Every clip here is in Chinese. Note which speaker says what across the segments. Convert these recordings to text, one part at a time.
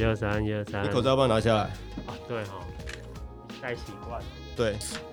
Speaker 1: 123，
Speaker 2: 你口罩要不要拿下来？
Speaker 1: 啊，对哈，戴习惯。
Speaker 2: 对。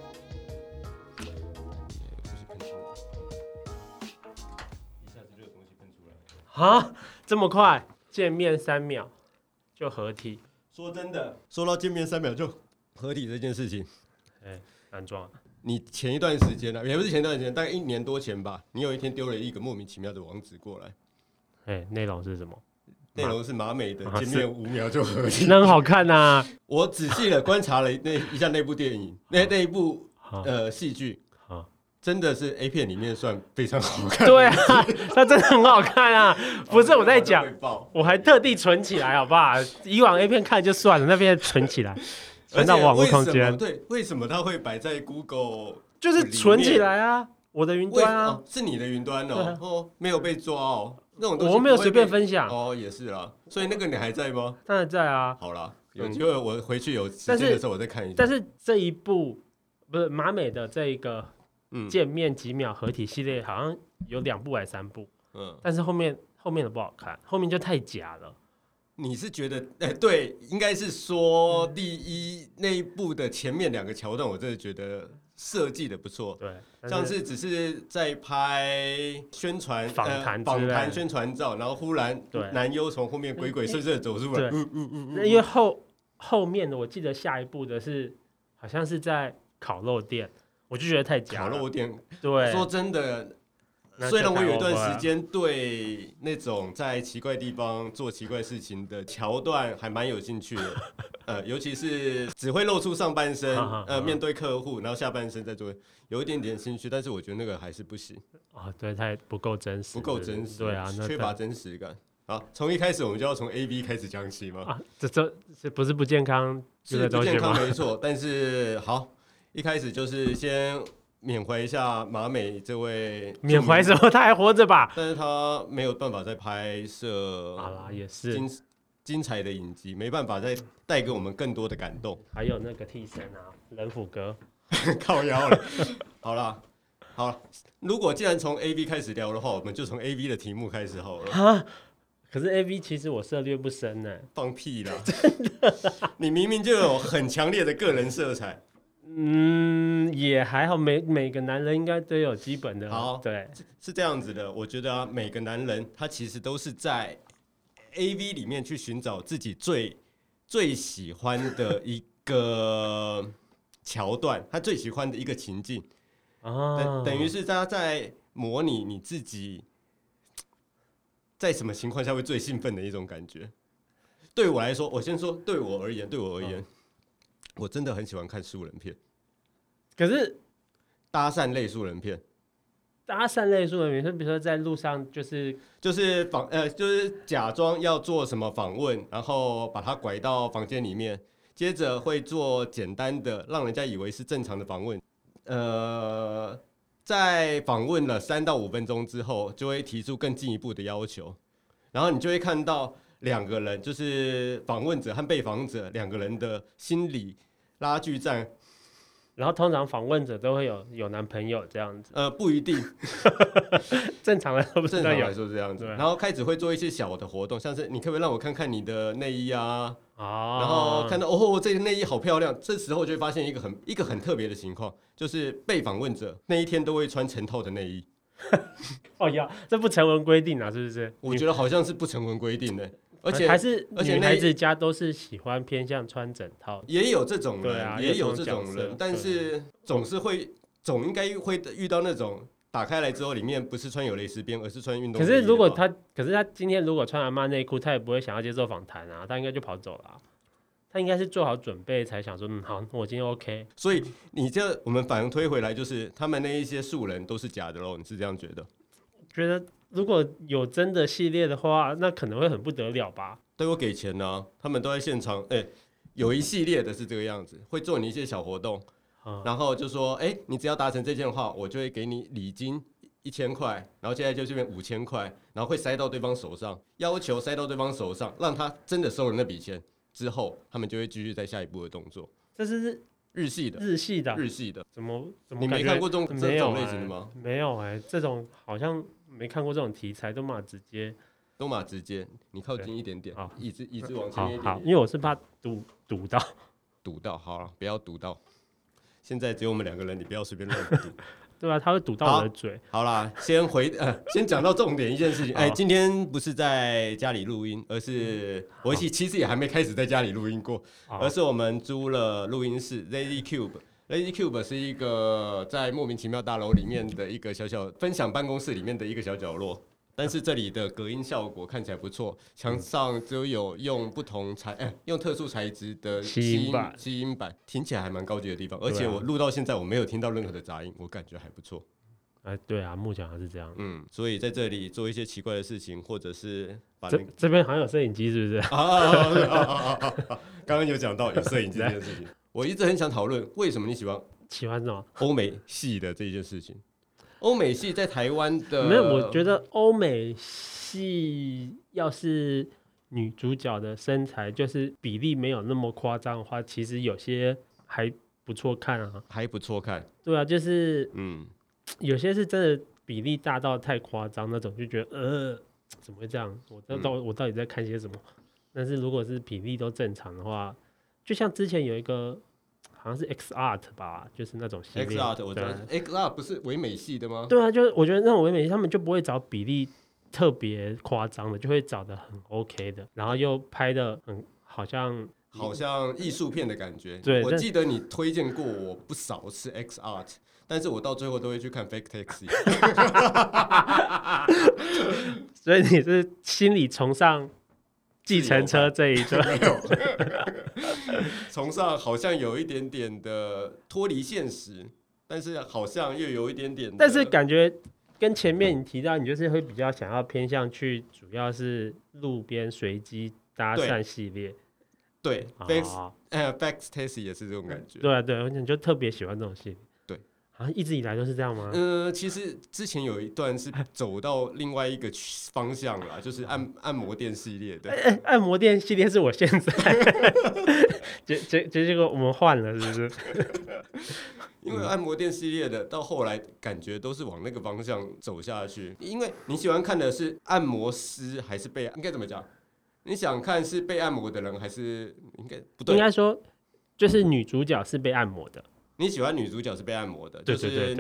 Speaker 1: 啊，这么快，见面3秒就合体？
Speaker 2: 说真的，说到见面3秒就合体这件事情，
Speaker 1: 难撞。
Speaker 2: 你前一段时间呢，也不是前一段时间，大概1年多前吧，你有一天丢了一个莫名其妙的网址过来，
Speaker 1: 内容是什么？
Speaker 2: 内容是马美的见面5秒就合体，
Speaker 1: 那很好看啊。
Speaker 2: 我仔细的观察了一下那部电影，那一部戏剧。真的是 A 片里面算非常好看。
Speaker 1: 对啊，它真的很好看啊！不是我在讲，我还特地存起来，好不好？以往 A 片看就算了，那边存起来，存到网络空间。
Speaker 2: 对，为什么它会摆在 Google？
Speaker 1: 就是存起来啊，我的云端啊，
Speaker 2: 是你的云端哦，没有被抓哦，那种东西
Speaker 1: 我没有随便分享
Speaker 2: 哦，也是啦。所以那个你还在吗？
Speaker 1: 当然在啊。
Speaker 2: 好啦，有机会我回去有时间的时候我再看一下。
Speaker 1: 但是这一部不是马美的这一个。见面几秒合体系列好像有2部还是3部，但是后面的不好看，后面就太假了。
Speaker 2: 你是觉得，对，应该是说那一部的前面2个桥段，我真的觉得设计的不错。
Speaker 1: 对，
Speaker 2: 像是只是在拍宣传
Speaker 1: 访谈
Speaker 2: 宣传照，然后忽然男优从后面鬼鬼祟祟的走出来，
Speaker 1: 因为后面的我记得下一部的是好像是在烤肉店。我就觉得太假了。
Speaker 2: 烤肉店，
Speaker 1: 对，
Speaker 2: 说真的，虽然我有一段时间对那种在奇怪地方做奇怪事情的桥段还蛮有兴趣的，尤其是只会露出上半身，面对客户，然后下半身再做，有一点点兴趣，但是我觉得那个还是不行。
Speaker 1: 对，太不够真实，对啊，
Speaker 2: 缺乏真实感。好，从一开始我们就要从 AV 开始讲起吗？
Speaker 1: 这不是不健康？
Speaker 2: 是不健康没错，但是好。一开始就是先缅怀一下马美这位，
Speaker 1: 缅怀什么？他还活着吧？
Speaker 2: 但是他没有办法再拍摄，
Speaker 1: 好啦，也是
Speaker 2: 精彩的影集，没办法再带给我们更多的感动。
Speaker 1: 还有那个替身啊，人虎哥，
Speaker 2: 靠腰了。好啦，如果既然从 AV 开始聊的话，我们就从 AV 的题目开始好了。
Speaker 1: 可是 AV 其实我涉猎不深呢。
Speaker 2: 放屁啦！真的，你明明就有很强烈的个人色彩。
Speaker 1: 也还好，每个男人应该都有基本的。
Speaker 2: 好，
Speaker 1: 对，
Speaker 2: 是这样子的。我觉得每个男人他其实都是在 AV 里面去寻找自己最喜欢的一个桥段，他最喜欢的一个情境，等于是他在模拟你自己在什么情况下会最兴奋的一种感觉。对我来说，我先说对我而言，我真的很喜欢看素人片。
Speaker 1: 可是
Speaker 2: 搭讪类素人片，
Speaker 1: 比如说在路上就是
Speaker 2: 假装要做什么访问，然后把他拐到房间里面，接着会做简单的让人家以为是正常的访问，在访问了3到5分钟之后，就会提出更进一步的要求，然后你就会看到2个人，就是访问者和被访者2个人的心理拉锯战。
Speaker 1: 然后通常访问者都会有男朋友这样子，
Speaker 2: 不一定，
Speaker 1: 正常来说不是
Speaker 2: 正常来说是这样子。然后开始会做一些小的活动，像是你可不可以让我看看你的内衣啊？然后看到这个内衣好漂亮，这时候就会发现一个很特别的情况，就是被访问者那一天都会穿成套的内衣。
Speaker 1: 这不成文规定啊，是不是？
Speaker 2: 我觉得好像是不成文规定的。而且
Speaker 1: 女孩子家都是喜欢偏向穿整套，
Speaker 2: 也有这种人，
Speaker 1: 对啊，
Speaker 2: 也有这种人，但是总应该会遇到那种打开来之后里面不是穿有蕾丝边，而是穿运动内衣。
Speaker 1: 可是他今天如果穿阿嬷内裤，他也不会想要接受访谈啊，他应该就跑走了。他应该是做好准备才想说，好，我今天 OK。
Speaker 2: 所以我们反推回来，就是他们那一些素人都是假的咯，你是这样觉得？
Speaker 1: 觉得如果有真的系列的话，那可能会很不得了吧？
Speaker 2: 都有给钱啊，他们都在现场。有一系列的是这个样子，会做你一些小活动，然后就说，你只要达成这件的话，我就会给你礼金1000块，然后现在就这边5000块，然后会塞到对方手上，要求塞到对方手上，让他真的收了那笔钱之后，他们就会继续在下一步的动作。
Speaker 1: 这是日系的，怎么
Speaker 2: 你没看过这种类型的吗？
Speaker 1: 没有这种好像没看过这种题材，都嘛直接
Speaker 2: 都嘛直接，你靠近一点点，椅子往前面一点点。
Speaker 1: 好，因为我是怕堵到，
Speaker 2: 好了，不要堵到。现在只有我们2个人，你不要随便乱堵。
Speaker 1: 对啊，他会堵到我的嘴。
Speaker 2: 好啦，先讲到重点一件事情。今天不是在家里录音，而是我其实也还没开始在家里录音过，而是我们租了录音室 Lazy Cube。Lazy Cube 是一个在莫名其妙大楼里面的一个小小分享办公室里面的一个小角落。但是这里的隔音效果看起来不错，墙上就有用用特殊材质的吸音板，听起来还蛮高级的地方。而且我录到现在我没有听到任何的杂音，我感觉还不错。
Speaker 1: 对啊，目前还是这样。
Speaker 2: 所以在这里做一些奇怪的事情，或者是把
Speaker 1: 这边好像有摄影机，是不是？
Speaker 2: 刚刚有讲到有摄影机这件事情，我一直很想讨论为什么你喜欢
Speaker 1: 什么
Speaker 2: 欧美系的这件事情。欧美系在台湾的
Speaker 1: 没有，我觉得欧美系要是女主角的身材就是比例没有那么夸张的话，其实有些还不错看啊，
Speaker 2: 还不错看。
Speaker 1: 对啊，就是有些是真的比例大到太夸张那种，就觉得怎么会这样？我到底在看些什么？但是如果是比例都正常的话，就像之前有一个。好像是 X Art 吧，就是那种系列。
Speaker 2: X Art 我知道 ，X Art 不是唯美系的吗？
Speaker 1: 对啊，就是我觉得那种唯美系，他们就不会找比例特别夸张的，就会找的很 OK 的，然后又拍的很好像
Speaker 2: 艺术片的感觉。
Speaker 1: 对，
Speaker 2: 我记得你推荐过我不少次 X Art， 但是我到最后都会去看 Fake Taxi。
Speaker 1: 所以你是心里崇尚计程车这一段？
Speaker 2: 没有。崇尚好像有一点点的脱离现实，但是好像又有一点点的，
Speaker 1: 但是感觉跟前面你提到，你就是会比较想要偏向去，主要是路边随机搭讪系列。
Speaker 2: 对 ，Fake Taxi 也是这种感觉。
Speaker 1: 对啊，对，你就特别喜欢这种系列。
Speaker 2: 对，
Speaker 1: 好像一直以来都是这样吗？
Speaker 2: 其实之前有一段是走到另外一个方向啦，就是按摩店系列的。
Speaker 1: 按摩店系列是我现在，结果我们换了，是不是？
Speaker 2: 因为按摩店系列的到后来感觉都是往那个方向走下去。因为你喜欢看的是按摩师还是应该怎么讲？你想看是被按摩的人还是应该不对？
Speaker 1: 应该说就是女主角是被按摩的。
Speaker 2: 你喜欢女主角是被按摩的，就是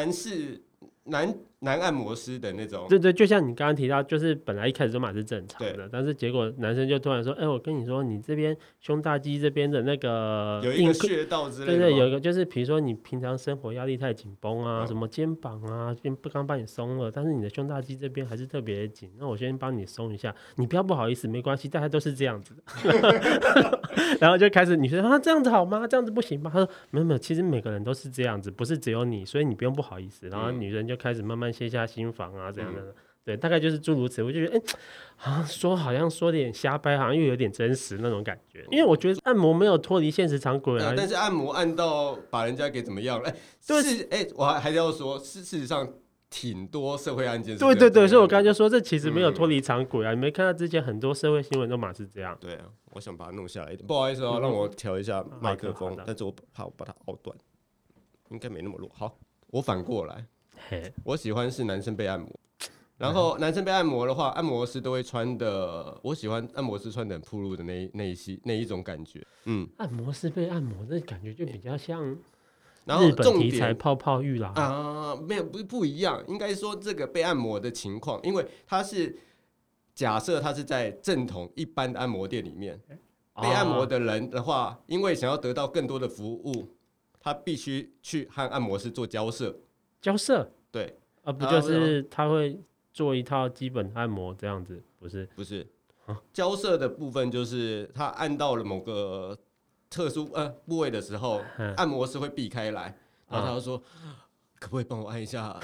Speaker 2: 男按摩师的那种。
Speaker 1: 对，就像你刚刚提到，就是本来一开始都嘛是正常的，但是结果男生就突然说：“我跟你说，你这边胸大肌这边的那个
Speaker 2: 有一个穴道之类的。”
Speaker 1: 对，有一个就是比如说你平常生活压力太紧绷啊，什么肩膀啊，刚帮你松了，但是你的胸大肌这边还是特别紧，那我先帮你松一下，你不要不好意思，没关系，大家都是这样子的。然后就开始女生说：“这样子好吗？这样子不行吗？”他说：“没有，其实每个人都是这样子，不是只有你，所以你不用不好意思。”然后女人就开始慢慢卸下心防啊，这样的。对，大概就是诸如此。我就觉得，好像说点瞎掰，好像又有点真实那种感觉。因为我觉得按摩没有脱离现实常轨啊。
Speaker 2: 但是按摩按到把人家给怎么样了？我还要说，事实上挺多社会案件。
Speaker 1: 对，所以我刚才就说，这其实没有脱离常轨啊。你没看到之前很多社会新闻都嘛是这样。
Speaker 2: 对啊，我想把它弄下来一点。不好意思让我调一下麦克风，但是我怕我把它凹断，应该没那么弱。好，我反过来。我喜欢是男生被按摩，然后男生被按摩的话，按摩师都会穿的，我喜欢按摩师穿的很暴露的那一种感觉。
Speaker 1: 按摩师被按摩，这感觉就比较像
Speaker 2: 日
Speaker 1: 本题材泡泡浴啦。
Speaker 2: 没有不一样，应该说这个被按摩的情况，因为他是假设他是在正统一般的按摩店里面被按摩的人的话，因为想要得到更多的服务，他必须去和按摩师做交涉。
Speaker 1: 交涉？
Speaker 2: 对，
Speaker 1: 不就是他会做一套基本按摩这样子？不是，
Speaker 2: 交涉的部分就是他按到了某个特殊部位的时候，按摩师会避开来，然后他就说：“可不可以帮我按一下？”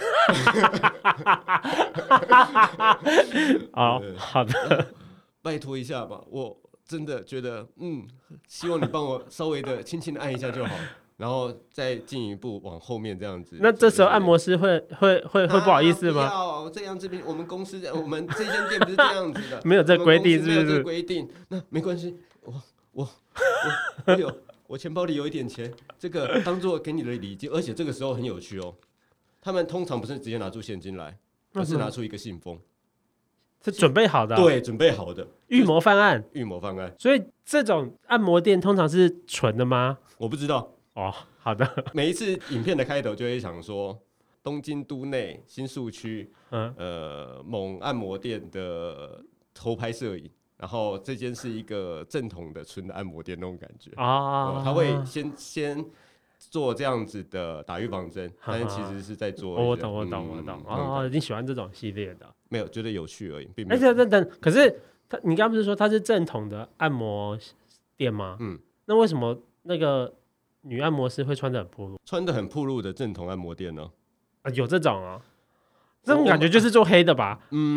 Speaker 1: 好的，
Speaker 2: 拜托一下吧，我真的觉得，希望你帮我稍微的轻轻的按一下就好。然后再进一步往后面这样子。
Speaker 1: 那这时候按摩师会不好意思吗？
Speaker 2: 不要这样，这边我们公司我们这间店不是这样子的，
Speaker 1: 没有这规定，是不是？
Speaker 2: 没有这规定，那没关系，我钱包里有一点钱，这个当做给你的礼金，而且这个时候很有趣哦，他们通常不是直接拿出现金来，而是拿出一个信封。
Speaker 1: 是准备好的，
Speaker 2: 对，准备好的
Speaker 1: 预谋犯案，
Speaker 2: 预谋方案。
Speaker 1: 所以这种按摩店通常是纯的吗？
Speaker 2: 我不知道
Speaker 1: 哦，好的，
Speaker 2: 每一次影片的开头就会想说，东京都内新宿区，某按摩店的偷拍摄影，然后这间是一个正统的纯的按摩店那种感觉啊，他会先做这样子的打预防针，但是其实是在做
Speaker 1: 我懂，哦，你喜欢这种系列的，
Speaker 2: 没有觉得有趣而已，并没有。
Speaker 1: 等，可是你刚刚不是说它是正统的按摩店吗？那为什么那个女按摩师会穿得很暴露？
Speaker 2: 穿得很暴露的正统按摩店呢？
Speaker 1: 有这种啊？这种感觉就是做黑的吧？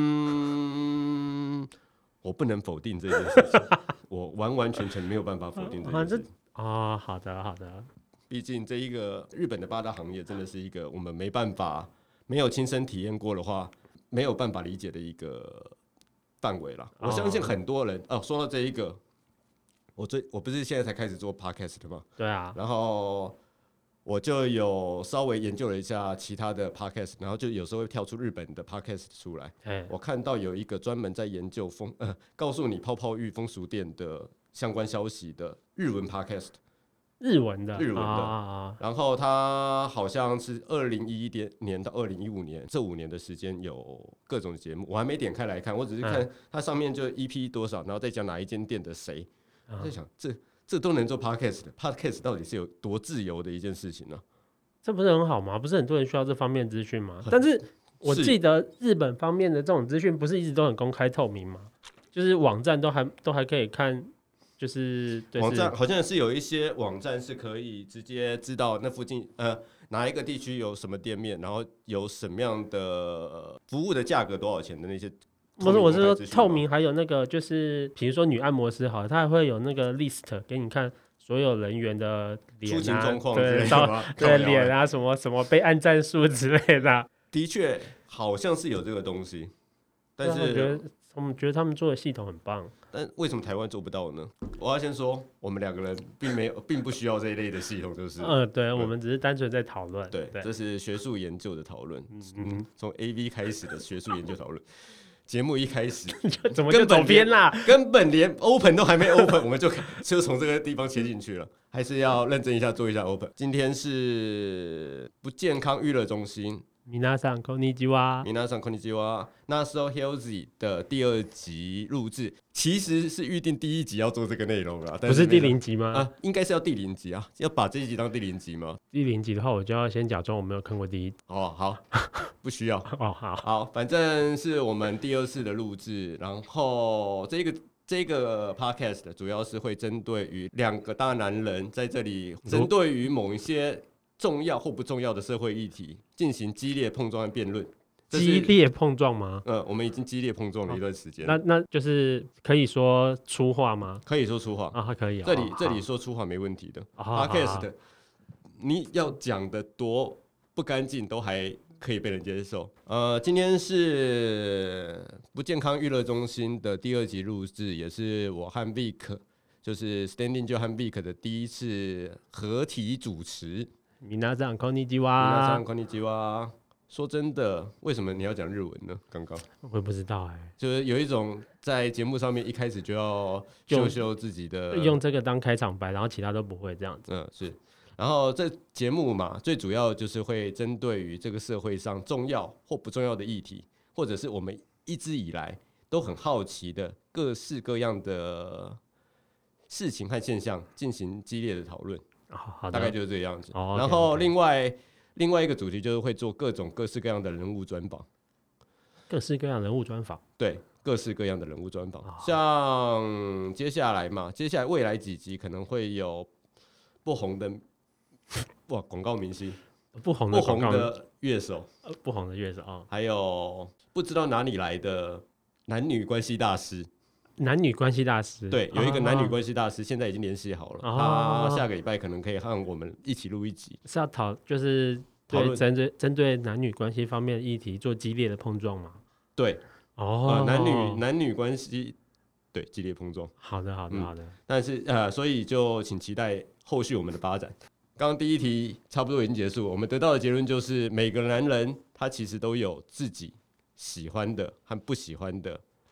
Speaker 2: 我不能否定这件事情，我完全没有办法否定这件事情。
Speaker 1: 好的。
Speaker 2: 毕竟这一个日本的八大行业真的是一个我们没有亲身体验过的话，没有办法理解的一个范围啦。我相信很多人说到这一个，我不是现在才开始做 podcast 的吗？
Speaker 1: 对啊，
Speaker 2: 然后我就有稍微研究了一下其他的 podcast， 然后就有时候会跳出日本的 podcast 出来。我看到有一个专门在研究告诉你泡泡浴风俗店的相关消息的日文 podcast。
Speaker 1: 日文的，
Speaker 2: 然后它好像是2011年到2015年这5年的时间有各种节目，我还没点开来看，我只是看它上面就 EP 多少，然后再讲哪一间店的谁，我在想这都能做 podcast 的 podcast 到底是有多自由的一件事情呢？
Speaker 1: 这不是很好吗？不是很多人需要这方面资讯吗？但是我记得日本方面的这种资讯不是一直都很公开透明吗？就是网站都还可以看。就是
Speaker 2: 网站好像是有一些网站是可以直接知道那附近哪一个地区有什么店面，然后有什么样的服务的价格多少钱的那些。
Speaker 1: 不是，我是说透明，还有那个就是比如说女按摩师好了，她还会有那个 list 给你看所有人员的脸啊，对脸啊什么被按赞数之类的。
Speaker 2: 的确好像是有这个东西，但是
Speaker 1: 我们觉得他们做的系统很棒。
Speaker 2: 但为什么台湾做不到呢？我要先说，我们2个人并不需要这一类的系统，就是
Speaker 1: 对，我们只是单纯在讨论。
Speaker 2: 对，这是学术研究的讨论。从 AV 开始的学术研究讨论，节目一开始
Speaker 1: 怎么就走偏啦？
Speaker 2: 根本连 open 都还没 open， 我们就从这个地方切进去了。还是要认真一下做一下 open。今天是不健康娱乐中心。
Speaker 1: 皆さんこんにちは。
Speaker 2: 皆さんこんにちは。那时候 Healthy 的第2集录制，其实是预定第1集要做这个内容了，
Speaker 1: 不是第0集吗？
Speaker 2: 应该是要第0集啊，要把这一集当第0集吗？
Speaker 1: 第0集的话，我就要先假装我没有看过第1集。
Speaker 2: 好，不需要。
Speaker 1: 好，
Speaker 2: 反正是我们第2次的录制，然后这个 podcast 主要是会针对于2个大男人在这里，针对于某一些重要或不重要的社会议题进行激烈碰撞和辩论。
Speaker 1: 激烈碰撞吗？
Speaker 2: 我们已经激烈碰撞了一段时间。
Speaker 1: 那就是可以说粗话吗？
Speaker 2: 可以说粗话
Speaker 1: 啊，可以。
Speaker 2: 这里说粗话没问题的。Podcast 你要讲的多不干净都还可以被人接受。今天是不健康娱乐中心的第2集录制，也是我和 Vic， 就是 Standing Joe 和 Vic 的第1次合体主持。
Speaker 1: 皆さんこんにちは。
Speaker 2: 皆さんこんにちは。说真的，为什么你要讲日文呢？刚刚
Speaker 1: 我也不知道
Speaker 2: 就是有一种在节目上面一开始就要秀自己的，
Speaker 1: 用这个当开场白，然后其他都不会这样子。
Speaker 2: 是。然后这节目嘛，最主要就是会针对于这个社会上重要或不重要的议题，或者是我们一直以来都很好奇的各式各样的事情和现象进行激烈的讨论。大概就是这个样子。然后另外一个主题就是会做各式各样的人物专访。
Speaker 1: 各式各样的人物专访？
Speaker 2: 对，各式各样的人物专访。像接下来未来几集可能会有不红的广告明星，不红的乐手，还有不知道哪里来的男女关系大师。对，有一个男女关系大师，现在已经联系好了。他下个礼拜可能可以和我们一起录1集，
Speaker 1: 是要就是针对男女关系方面的议题做激烈的碰撞吗？
Speaker 2: 对，男女关系对激烈碰撞。好的。但是所以就请期待后续我们的发展。刚刚第1题差不多已经结束，我们得到的结论就是每个男人他其实都有自己喜欢的和不喜欢的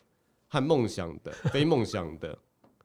Speaker 2: 和梦想的、非梦想的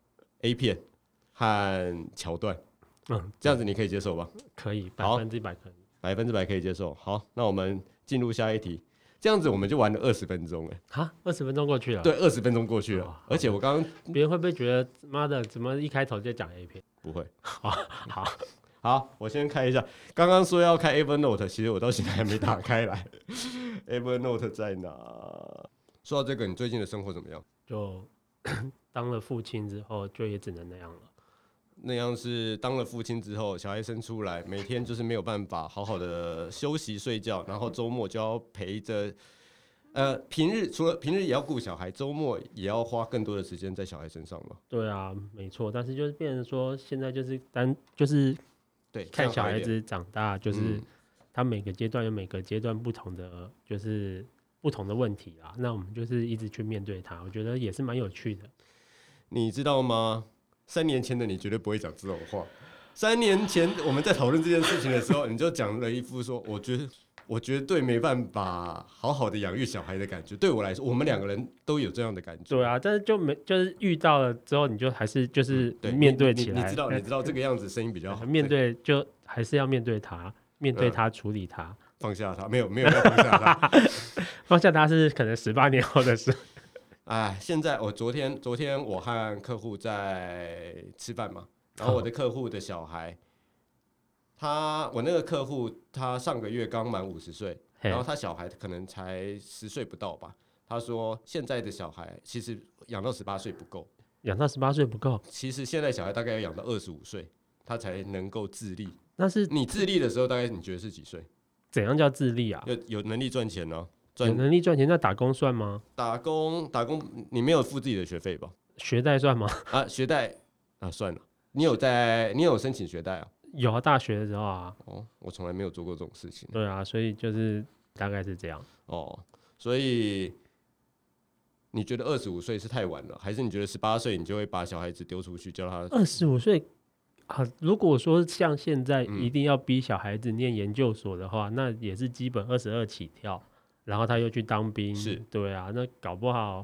Speaker 2: A 片和桥段，这样子你可以接受吧？
Speaker 1: 可以，100%可以
Speaker 2: ，100%可以接受。好，那我们进入下一题。这样子我们就玩了20分钟
Speaker 1: 哈20分钟过去了。
Speaker 2: 对，20分钟过去了。而且我刚刚
Speaker 1: 别人会不会觉得妈的怎么一开头就讲 A 片？
Speaker 2: 不会。
Speaker 1: 好，
Speaker 2: 我先开一下。刚刚说要开 Evernote， 其实我到现在还没打开来。Evernote 在哪？说到这个，你最近的生活怎么样？
Speaker 1: 就当了父亲之后，就也只能那样了。
Speaker 2: 那样是当了父亲之后，小孩生出来，每天就是没有办法好好的休息睡觉，然后周末就要陪着，平日除了平日也要顾小孩，周末也要花更多的时间在小孩身上嘛。
Speaker 1: 对啊，没错，但是就是变成说，现在就是
Speaker 2: 对，
Speaker 1: 看小孩子长大，就是他每个阶段有每个阶段不同的，就是不同的问题啦。那我们就是一直去面对它，我觉得也是蛮有趣的。你
Speaker 2: 知道吗？3年前的你绝对不会讲这种话。3年前我们在讨论这件事情的时候，你就讲了一副说，我绝对没办法好好的养育小孩的感觉。对我来说，我们2个人都有这样的感觉。
Speaker 1: 对啊，但是就是遇到了之后，你就还是就是面对起来。
Speaker 2: 你知道这个样子声音比较好。
Speaker 1: 面对就还是要面对它，处理它，
Speaker 2: 放下它，没有要放下它。
Speaker 1: 放下它是可能18年后的事。
Speaker 2: 现在昨天我和客户在吃饭嘛，然后我的客户的小孩，我那个客户他上个月刚满50岁，然后他小孩可能才10岁不到吧。他说现在的小孩其实养到18岁不够，
Speaker 1: 养到18岁不够。
Speaker 2: 其实现在小孩大概要养到25岁，他才能够自立。
Speaker 1: 但是
Speaker 2: 你自立的时候，大概你觉得是几岁？
Speaker 1: 怎样叫自立啊？
Speaker 2: 有能力赚钱呢？
Speaker 1: 有能力赚钱，那打工算吗？
Speaker 2: 打工，你没有付自己的学费吧？
Speaker 1: 学贷算吗？
Speaker 2: 学贷算了。你有申请学贷啊？
Speaker 1: 有啊，大学的时候啊。
Speaker 2: 我从来没有做过这种事情。
Speaker 1: 对啊，所以就是大概是这样。
Speaker 2: 所以你觉得25岁是太晚了，还是你觉得18岁你就会把小孩子丢出去叫他
Speaker 1: ？25岁如果说像现在一定要逼小孩子念研究所的话，那也是基本22起跳。然后他又去当兵，对啊，那搞不好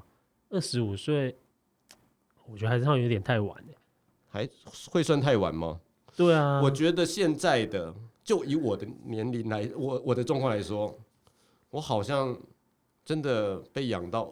Speaker 1: 25岁，我觉得还是有点太晚
Speaker 2: 还会算太晚吗？
Speaker 1: 对啊，我
Speaker 2: 觉得现在的就以我的年龄来，我的状况来说，我好像真的被养到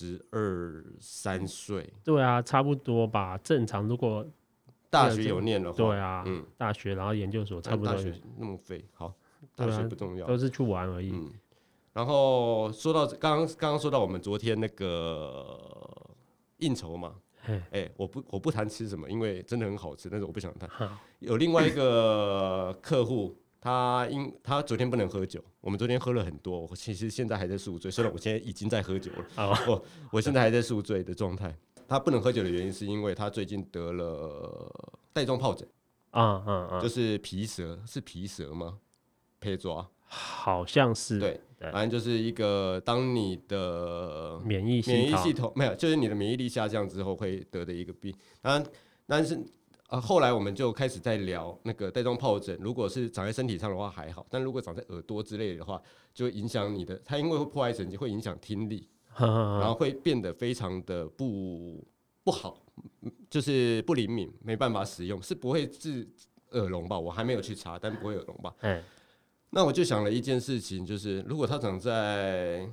Speaker 2: 22、23岁。
Speaker 1: 对啊，差不多吧。正常如果
Speaker 2: 大学有念的话，
Speaker 1: 对啊，大学然后研究所差不多。
Speaker 2: 大学那么废，好，大学不重要，
Speaker 1: 都是去玩而已。
Speaker 2: 然后说到刚刚说到我们昨天那个应酬嘛，我不谈吃什么，因为真的很好吃，但是我不想谈。有另外一个客户，他昨天不能喝酒，我们昨天喝了很多，我其实现在还在宿醉，虽然我现在已经在喝酒了，我现在还在宿醉的状态。他不能喝酒的原因是因为他最近得了带状疱疹，就是皮蛇吗？佩抓。好
Speaker 1: 像是
Speaker 2: 对，反正就是一个当你的
Speaker 1: 免疫系
Speaker 2: 统没有，就是你的免疫力下降之后会得的一个病。但是后来我们就开始在聊那个带状疱疹，如果是长在身体上的话还好，但如果长在耳朵之类的话，就会影响你的，它因为会破坏神经，会影响听力，然后会变得非常的不好，就是不灵敏，没办法使用，是不会治耳聋吧？我还没有去查，但不会耳聋吧？那我就想了一件事情，就是如果它长在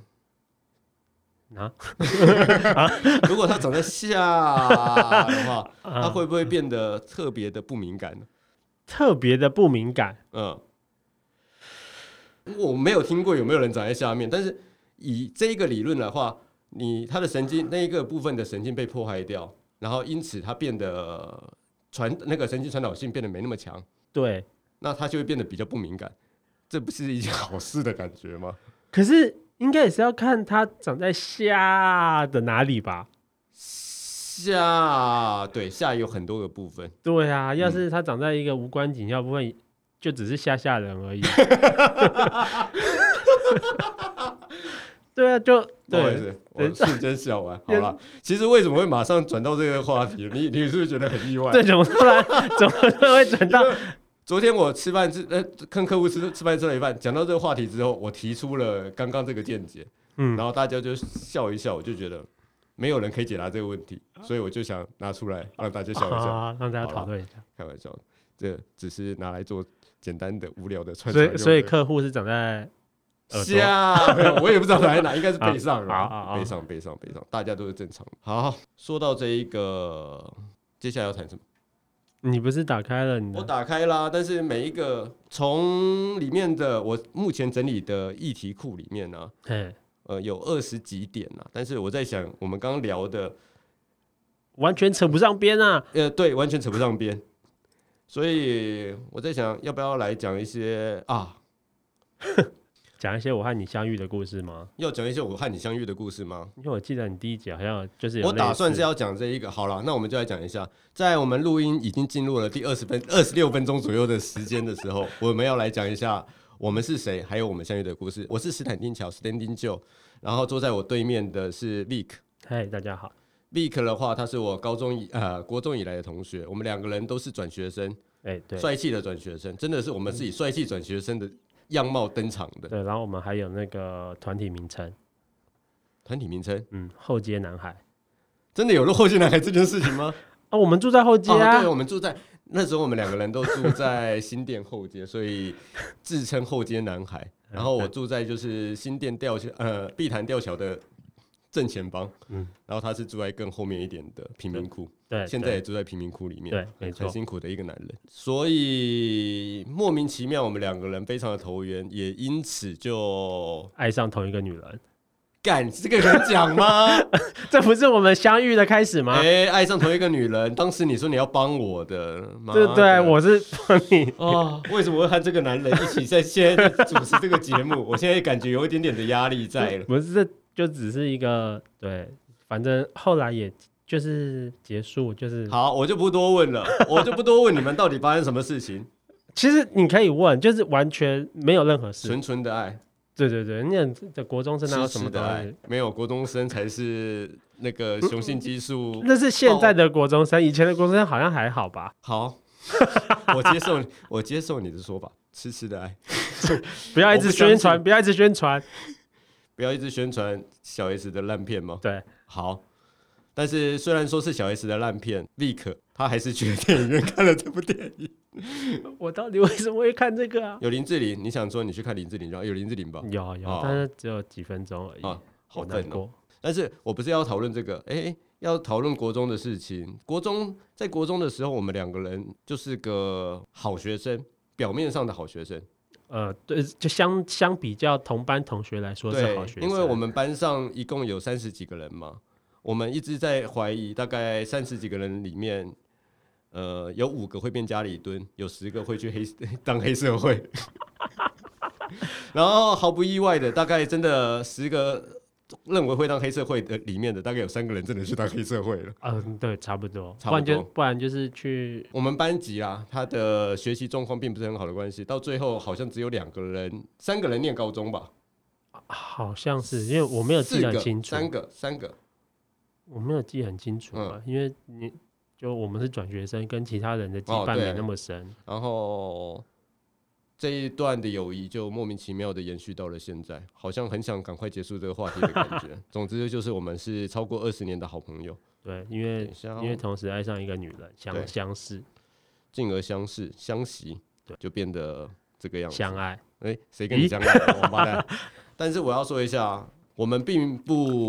Speaker 2: 如果它长在下的话，它会不会变得特别的不敏感呢？
Speaker 1: 特别的不敏感，
Speaker 2: 我没有听过有没有人长在下面，但是以这一个理论的话，它的神经那一个部分的神经被破坏掉，然后因此它变得那个神经传导性变得没那么强，
Speaker 1: 对，
Speaker 2: 那它就会变得比较不敏感。这不是一件好事的感觉吗？
Speaker 1: 可是应该也是要看它长在下的哪里吧。
Speaker 2: 对，下有很多个部分。
Speaker 1: 对啊，要是它长在一个无关紧要部分，就只是下人而已。对啊，
Speaker 2: 不好意思，我瞬间笑完。好了，其实为什么会马上转到这个话题？你是不是觉得很意外？
Speaker 1: 对，怎么突然会转到？
Speaker 2: 昨天我跟客户吃饭吃了一半，讲到这个话题之后，我提出了刚刚这个见解，然后大家就笑一笑，我就觉得没有人可以解答这个问题，所以我就想拿出来让大家笑一下，
Speaker 1: 让大家讨论一下。
Speaker 2: 开玩笑，这只是拿来做简单的无聊的串
Speaker 1: 所以客户是长在
Speaker 2: 下，我也不知道哪应该是背上
Speaker 1: 啊，
Speaker 2: 背上，大家都是正常的。好，说到这一个，接下来要谈什么？
Speaker 1: 你不是打开了你的？
Speaker 2: 我打开啦，但是每一个从里面的我目前整理的议题库里面呢、有20几点啊，但是我在想，我们刚刚聊的
Speaker 1: 完全扯不上边啊。
Speaker 2: 对，完全扯不上边，所以我在想，要不要来讲一些
Speaker 1: 讲一些我和你相遇的故事吗？
Speaker 2: 要讲一些我和你相遇的故事吗？
Speaker 1: 因为我记得你第一集好像就是有
Speaker 2: 我打算是要讲这一个。好了，那我们就来讲一下，在我们录音已经进入了第26分钟左右的时间的时候，我们要来讲一下我们是谁，还有我们相遇的故事。我是史坦丁乔 （Standing Joe），然后坐在我对面的是 Vic。
Speaker 1: 嗨，大家好。
Speaker 2: Vic 的话，他是我国中以来的同学，我们2个人都是转学生，
Speaker 1: 对，
Speaker 2: 帅气的转学生，真的是我们自己帅气转学生的样貌登场的。
Speaker 1: 对，然后我们还有那个团体名称，后街男孩。
Speaker 2: 真的有后街男孩这件事情吗？
Speaker 1: 我们住在后街啊。
Speaker 2: 对，我们住在那时候，我们2个人都住在新店后街，所以自称后街男孩。然后我住在就是新店碧潭吊桥的正前方，然后他是住在更后面一点的贫民窟，
Speaker 1: 对，
Speaker 2: 现在也住在贫民窟里面，
Speaker 1: 对，没错，
Speaker 2: 很辛苦的一个男人，所以莫名其妙我们2个人非常的投缘，也因此就
Speaker 1: 爱上同一个女人。
Speaker 2: 干，这个人讲吗？
Speaker 1: 这不是我们相遇的开始吗？
Speaker 2: 爱上同一个女人，当时你说你要帮我的，
Speaker 1: 对，我是帮你。
Speaker 2: 为什么会和这个男人一起在现在主持这个节目？我现在感觉有一点点的压力在了。
Speaker 1: 不是，这就只是一个对，反正后来也就是结束，就是
Speaker 2: 好，我就不多问了，我就不多问你们到底发生什么事情。
Speaker 1: 其实你可以问，就是完全没有任何事，
Speaker 2: 纯纯的爱。
Speaker 1: 对，那的国中生哪有什么
Speaker 2: 的爱？没有，国中生才是那个雄性激素。
Speaker 1: 那是现在的国中生，以前的国中生好像还好吧？
Speaker 2: 好，我接受你的说法，痴痴的爱。
Speaker 1: 不要一直宣传，不要一直宣传，
Speaker 2: 不要一直宣传小 S 的烂片吗？
Speaker 1: 对，
Speaker 2: 好。但是虽然说是小 S 的烂片 ，Vic 他还是去了电影院看了这部电影。
Speaker 1: 我到底为什么会看这个啊？
Speaker 2: 有林志玲，你想说你去看林志玲就好？有林志玲吧？
Speaker 1: 有，但是只有几分钟而已。
Speaker 2: 好笨哦！但是我不是要讨论这个，要讨论国中的事情。在国中的时候，我们2个人就是个好学生，表面上的好学生。
Speaker 1: 对，就相比较同班同学来说是好学生，
Speaker 2: 因为我们班上一共有30几个人嘛。我们一直在怀疑，大概30几个人里面，有5个会变家里蹲，有10个会去当黑社会。然后毫不意外的，大概真的10个认为会当黑社会的里面的，大概有3个人真的去当黑社会了。
Speaker 1: 对，差不多。不然就是去
Speaker 2: 我们班级啦，他的学习状况并不是很好的关系，到最后好像只有3个人念高中吧。
Speaker 1: 好像是，因为我没有记得很清楚。
Speaker 2: 三个。
Speaker 1: 我没有记很清楚啊，因为我们是转学生，跟其他人的羁绊没那么深。
Speaker 2: 然后这一段的友谊就莫名其妙的延续到了现在，好像很想赶快结束这个话题的感觉。总之就是我们是超过20年的好朋友。
Speaker 1: 对，因为同时爱上一个女人，相识，
Speaker 2: 进而相识相惜，就变得这个样子。
Speaker 1: 相爱。
Speaker 2: 谁跟你相爱？王八蛋！但是我要说一下，我们并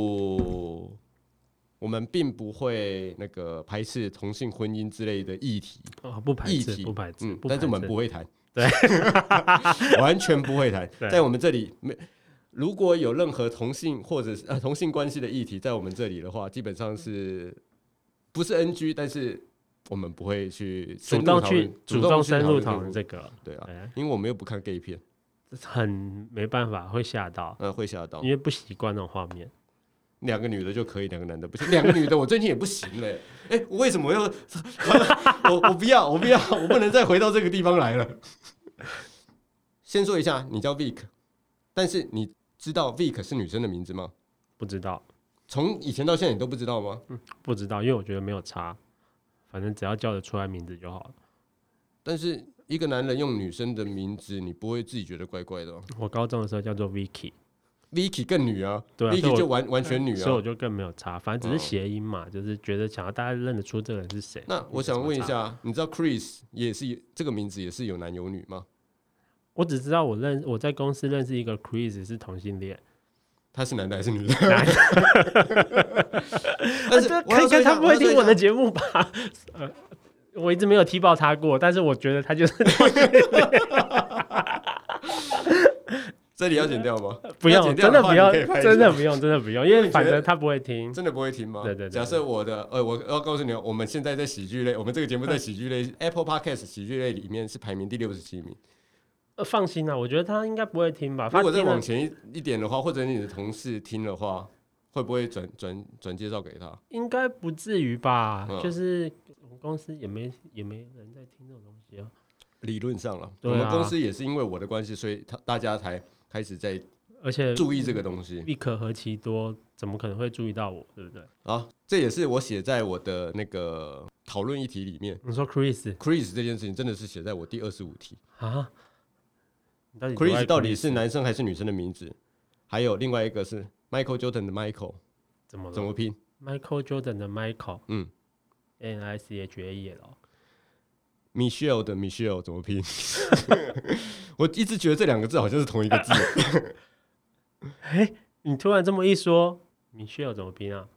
Speaker 2: 不会那个排斥同性婚姻之类的议题，
Speaker 1: 不排斥，
Speaker 2: 但是我们不会谈，
Speaker 1: 对，
Speaker 2: 完全不会谈。在我们这里，如果有任何同性或者是同性关系的议题，在我们这里的话，基本上是不是 NG， 但是我们不会去
Speaker 1: 主动深入讨论这个，
Speaker 2: 对啊，因为我们又不看 gay 片，
Speaker 1: 很没办法，会吓到，
Speaker 2: 会吓到，
Speaker 1: 因为不习惯那种画面。
Speaker 2: 2个女的就可以，2个男的不行。2个女的我最近也不行了，我为什么要？我不要，我不能再回到这个地方来了。先说一下，你叫 Vic， 但是你知道 Vic 是女生的名字吗？
Speaker 1: 不知道。
Speaker 2: 从以前到现在你都不知道吗？
Speaker 1: 不知道，因为我觉得没有差，反正只要叫得出来名字就好了。
Speaker 2: 但是一个男人用女生的名字，你不会自己觉得怪怪的吗？
Speaker 1: 我高中的时候叫做 Vicky。
Speaker 2: Vicky 更女啊，
Speaker 1: 对啊，
Speaker 2: Vicky 就完全女啊。
Speaker 1: 所以我就更没有差，反正只是谐音嘛，就是觉得想要大家认得出这个人是谁。
Speaker 2: 那我想问一下，你知道 Chris 也是这个名字也是有男有女吗？
Speaker 1: 我只知道我在公司认识一个 Chris 是同性恋，
Speaker 2: 他是男的还是女的？
Speaker 1: 男的。但是可他不会听我的节目吧？我一直没有踢爆他过，但是我觉得他就是
Speaker 2: 这里要剪掉吗？
Speaker 1: 不用，真的不要，真的不用，真的不用，因为
Speaker 2: 为
Speaker 1: 反正他不会听，
Speaker 2: 真的不会听吗？
Speaker 1: 对对对。
Speaker 2: 假设我要告诉你，我们现在在喜剧类，我们这个节目在喜剧类 Apple Podcast 喜剧类里面是排名第67名。
Speaker 1: 放心啊，我觉得他应该不会听吧。
Speaker 2: 如果再往前一点的话，或者你的同事听的话，会不会转介绍给他？
Speaker 1: 应该不至于吧？就是我们公司也没人在听这种东西啊。
Speaker 2: 理论上了，
Speaker 1: 对啊，
Speaker 2: 我们公司也是因为我的关系，所以大家才开始在注意这个东西。
Speaker 1: 一可何其多，怎么可能会注意到我？对不对？
Speaker 2: 啊，这也是我写在我的那个讨论议题里面。
Speaker 1: 你说 Chris
Speaker 2: 这件事情真的是写在我第25题
Speaker 1: 啊。
Speaker 2: Chris 到底是男生还是女生的名字？还有另外一个是 Michael Jordan 的 Michael， 怎么拼
Speaker 1: ？Michael Jordan 的 Michael， Nichel。Michelle
Speaker 2: 的 Michelle 怎么拼？我一直觉得这2个字好像是同一个字。
Speaker 1: 你突然这么一说 ，Michelle 怎么拼啊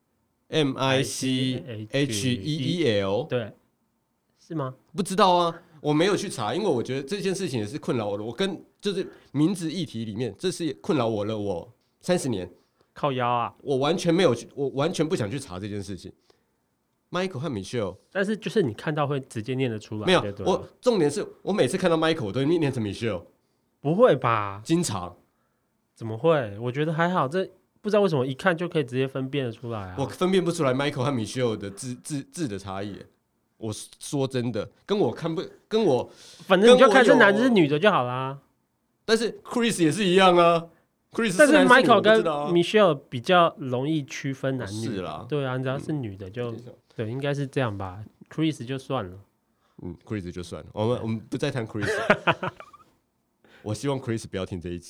Speaker 2: ？Micheel，
Speaker 1: 对，是吗？
Speaker 2: 不知道啊。我没有去查，因为我觉得这件事情也是困扰我的。我跟就是名字议题里面，这是困扰我了我30年。
Speaker 1: 靠腰啊！
Speaker 2: 我完全不想去查这件事情。Michael 和 Michelle，
Speaker 1: 但是就是你看到会直接念得出来。
Speaker 2: 没有，我重点是我每次看到 Michael 我都念成 Michelle。
Speaker 1: 不会吧？
Speaker 2: 经常？
Speaker 1: 怎么会？我觉得还好，这不知道为什么一看就可以直接分辨得出来啊。
Speaker 2: 我分辨不出来 Michael 和 Michelle 的字的差异。我说真的，跟我
Speaker 1: 反正你就看是男的是女的就好啦。
Speaker 2: 但是 Chris 也是一样啊。Chris
Speaker 1: 但是 Michael 跟 Michelle 比较容易区分男女。
Speaker 2: 是啦，
Speaker 1: 对啊，你只要是女的就对，应该是这样吧。Chris 就算了。
Speaker 2: Chris 就算了。我们不再谈 Chris。我希望 Chris 不要听这一集。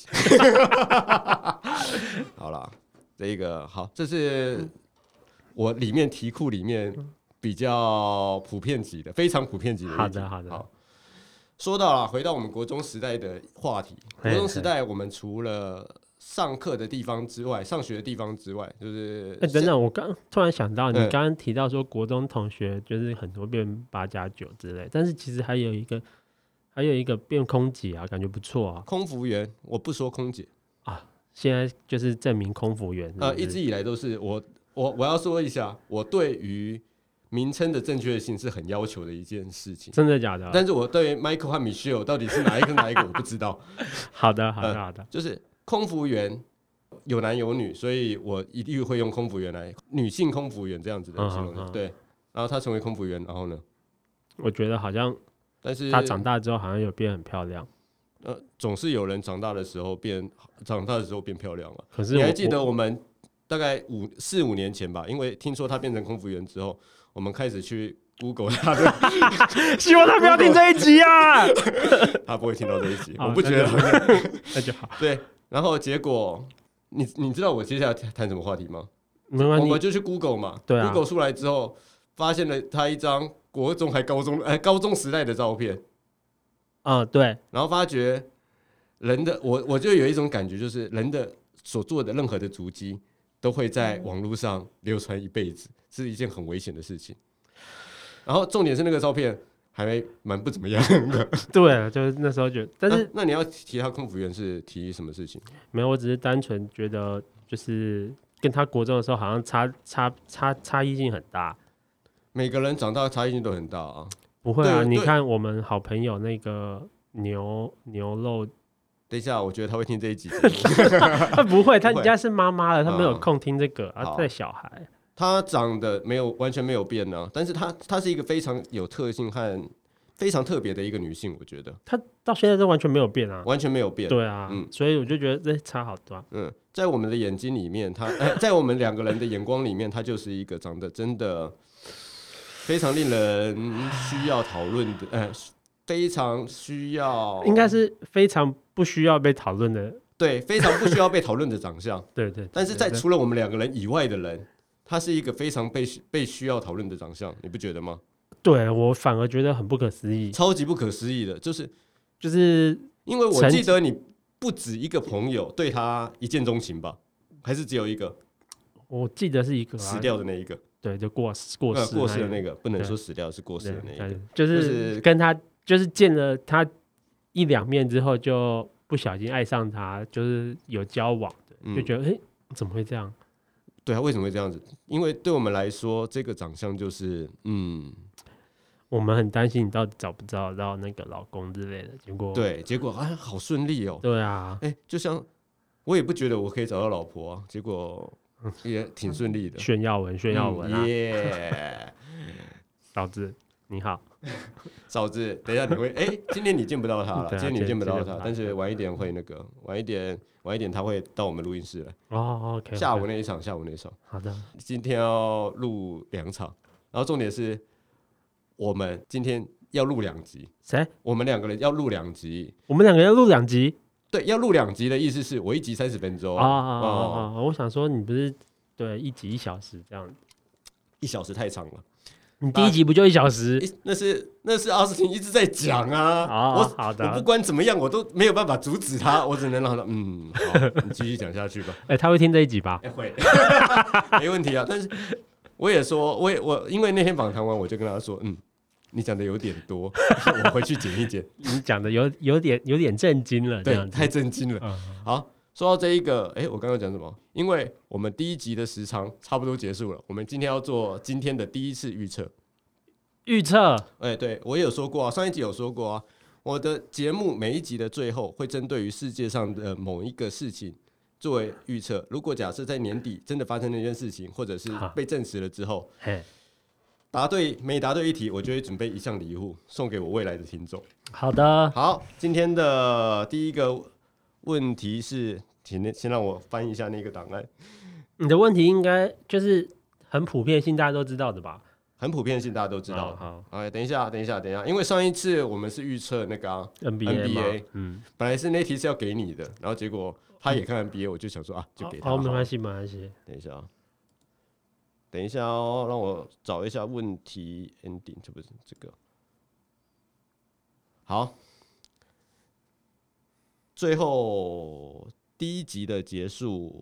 Speaker 2: 好啦，这个好，这是我里面题库里面比较普遍级的，非常普遍级的。
Speaker 1: 好的。
Speaker 2: 好，说到了，回到我们国中时代的话题。国中时代，我们除了上课的地方之外，上学的地方之外，就是
Speaker 1: 等等，我刚突然想到，你刚刚提到说国中同学就是很多变8+9之类，但是其实还有一个变空姐啊，感觉不错啊。
Speaker 2: 空服员，我不说空姐
Speaker 1: 啊，现在就是证明空服员是不是
Speaker 2: 一直以来都是我要说一下，我对于名称的正确性是很要求的一件事情。
Speaker 1: 真的假的？
Speaker 2: 但是我对于 Michael 和 Michelle 到底是哪一个我不知道。
Speaker 1: 好的，
Speaker 2: 就是空服员有男有女，所以我一定会用空服员来女性空服员这样子的形容。对，然后他成为空服员，然后呢？
Speaker 1: 我觉得好像，但是他长大之后好像有变很漂亮。
Speaker 2: 总是有人长大的时候变漂亮了。
Speaker 1: 可是
Speaker 2: 你还记得我们大概4、5年前吧？因为听说他变成空服员之后，我们开始去 Google 他的。
Speaker 1: 希望他不要听这一集啊！
Speaker 2: 他不会听到这一集，我不觉得。
Speaker 1: 那就好。
Speaker 2: 对，然后结果你知道我接下来谈什么话题吗？
Speaker 1: 我
Speaker 2: 们就去 Google 嘛。
Speaker 1: 对啊。
Speaker 2: Google 出来之后，发现了他一张国中还高中时代的照片。
Speaker 1: 对。
Speaker 2: 然后发觉人的我就有一种感觉，就是人的所做的任何的足迹都会在网络上流传一辈子，是一件很危险的事情。然后重点是那个照片还蛮不怎么样的。
Speaker 1: 对，就是那时候觉得，但是
Speaker 2: 那你要提他空服员是提什么事情？
Speaker 1: 没有，我只是单纯觉得就是跟他国中的时候好像差异性很大。
Speaker 2: 每个人长大差异性都很大啊。
Speaker 1: 不会啊，你看我们好朋友那个牛肉。
Speaker 2: 等一下，我觉得他会听这一集。
Speaker 1: 他不会，他人家是妈妈了，他没有空听这个啊，带小孩。
Speaker 2: 他长得完全没有变呢，但是他是一个非常有特性和非常特别的一个女性，我觉得。
Speaker 1: 他到现在都完全没有变啊，
Speaker 2: 完全没有变。
Speaker 1: 对啊，所以我就觉得这差好多。
Speaker 2: 在我们的眼睛里面，在我们2个人的眼光里面，他就是一个长得真的非常令人需要讨论的，非常需要，
Speaker 1: 应该是非常不需要被讨论的
Speaker 2: 对，非常不需要被讨论的长相。
Speaker 1: 对对，
Speaker 2: 但是在除了我们2个人以外的人，他是一个非常被需要讨论的长相，你不觉得吗？
Speaker 1: 对我反而觉得很不可思议，
Speaker 2: 超级不可思议的，就是因为我
Speaker 1: 曾
Speaker 2: 记得你不止一个朋友对他一见钟情吧？还是只有一个？
Speaker 1: 我记得是一个
Speaker 2: 死掉的那一个，
Speaker 1: 对，就过世
Speaker 2: 的那个，不能说死掉，是过世的那一个，
Speaker 1: 就是跟他就是见了他1-2面之后，就不小心爱上他，就是有交往的，就觉得怎么会这样？
Speaker 2: 对啊，为什么会这样子？因为对我们来说，这个长相就是
Speaker 1: 我们很担心你到底找不找到那个老公之类的，
Speaker 2: 结果好顺利哦。
Speaker 1: 对啊，
Speaker 2: 就像我也不觉得我可以找到老婆啊，结果也挺顺利的。
Speaker 1: 炫耀文啊！
Speaker 2: 耶，
Speaker 1: 嫂子你好，
Speaker 2: 嫂子，等一下你会今天你见不到他了，今天你见不到他，但是晚一点会晚一点他会到我们录音室来。
Speaker 1: 哦 ，OK，
Speaker 2: 下午那一场。
Speaker 1: 好的，
Speaker 2: 今天要录2场，然后重点是我们今天要录2集。
Speaker 1: 谁？
Speaker 2: 我们2个人要录2集。
Speaker 1: 我们2个要录2集？
Speaker 2: 对，要录2集的意思是我1集30分钟。
Speaker 1: 我想说你不是对1集1小时这样
Speaker 2: ，1小时太长了。
Speaker 1: 你第1集不就1小时？
Speaker 2: 那是阿斯汀一直在讲啊。
Speaker 1: 好的，
Speaker 2: 我不管怎么样，我都没有办法阻止他，我只能让他好，你继续讲下去吧。
Speaker 1: 他会听这一集吧？
Speaker 2: 会，没问题啊。但是我也说，我因为那天访谈完，我就跟他说，你讲的有点多，我回去剪一剪。
Speaker 1: 你讲的有点震惊了，
Speaker 2: 对，太震惊了。好。说到这一个，我刚刚讲什么？因为我们第1集的时长差不多结束了，我们今天要做今天的第1次预测。对，我也有说过啊，上一集有说过啊，我的节目每一集的最后会针对于世界上的某一个事情作为预测。如果假设在年底真的发生那件事情，或者是被证实了之后，每答对1题，我就会准备1项礼物送给我未来的听众。
Speaker 1: 好的，
Speaker 2: 好，今天的第一个问题是，请先让我翻一下那个档案。
Speaker 1: 你的问题应该就是很普遍性，大家都知道的吧？
Speaker 2: 很普遍性，大家都知道。
Speaker 1: 好，
Speaker 2: 等一下，因为上一次我们是预测那个NBA，本来是那题是要给你的，然后结果他也看 NBA，我就想说就给他。
Speaker 1: 没关系。
Speaker 2: 等一下哦，让我找一下问题 ending， 这不是这个。好。最后第1集的结束，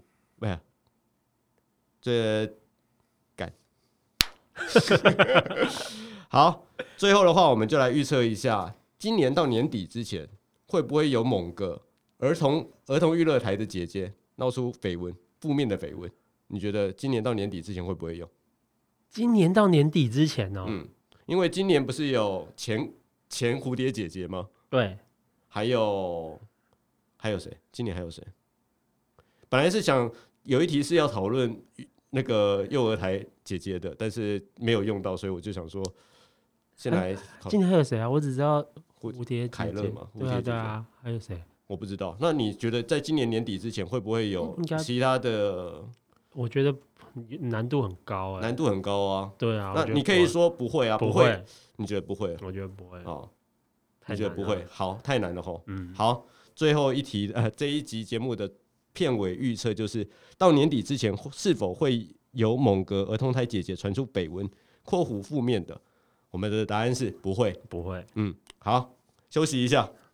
Speaker 2: 好，最后的话，我们就来预测一下，今年到年底之前，会不会有某个儿童娱乐台的姐姐闹出负面的绯闻？你觉得今年到年底之前会不会有？
Speaker 1: 今年到年底之前哦，
Speaker 2: 因为今年不是有前蝴蝶姐姐吗？
Speaker 1: 对，
Speaker 2: 还有谁？今年还有谁？本来是想有一题是要讨论那个幼儿台姐姐的，但是没有用到，所以我就想说，先来。
Speaker 1: 今年还有谁啊？我只知道蝴蝶
Speaker 2: 凯乐嘛。
Speaker 1: 对啊，还有谁？
Speaker 2: 我不知道。那你觉得在今年年底之前会不会有其他的？
Speaker 1: 我觉得难度很高。
Speaker 2: 难度很高啊。
Speaker 1: 对啊，
Speaker 2: 那你可以说不会啊，不会。你觉得不会？
Speaker 1: 我觉得不会。
Speaker 2: 你觉得不会？好，太难了吼。好。最后一题，这一集节目的片尾预测就是，到年底之前是否会有某个儿童台姐姐传出绯闻（括弧负面的）？我们的答案是不会。
Speaker 1: 不会。
Speaker 2: 好，休息一下。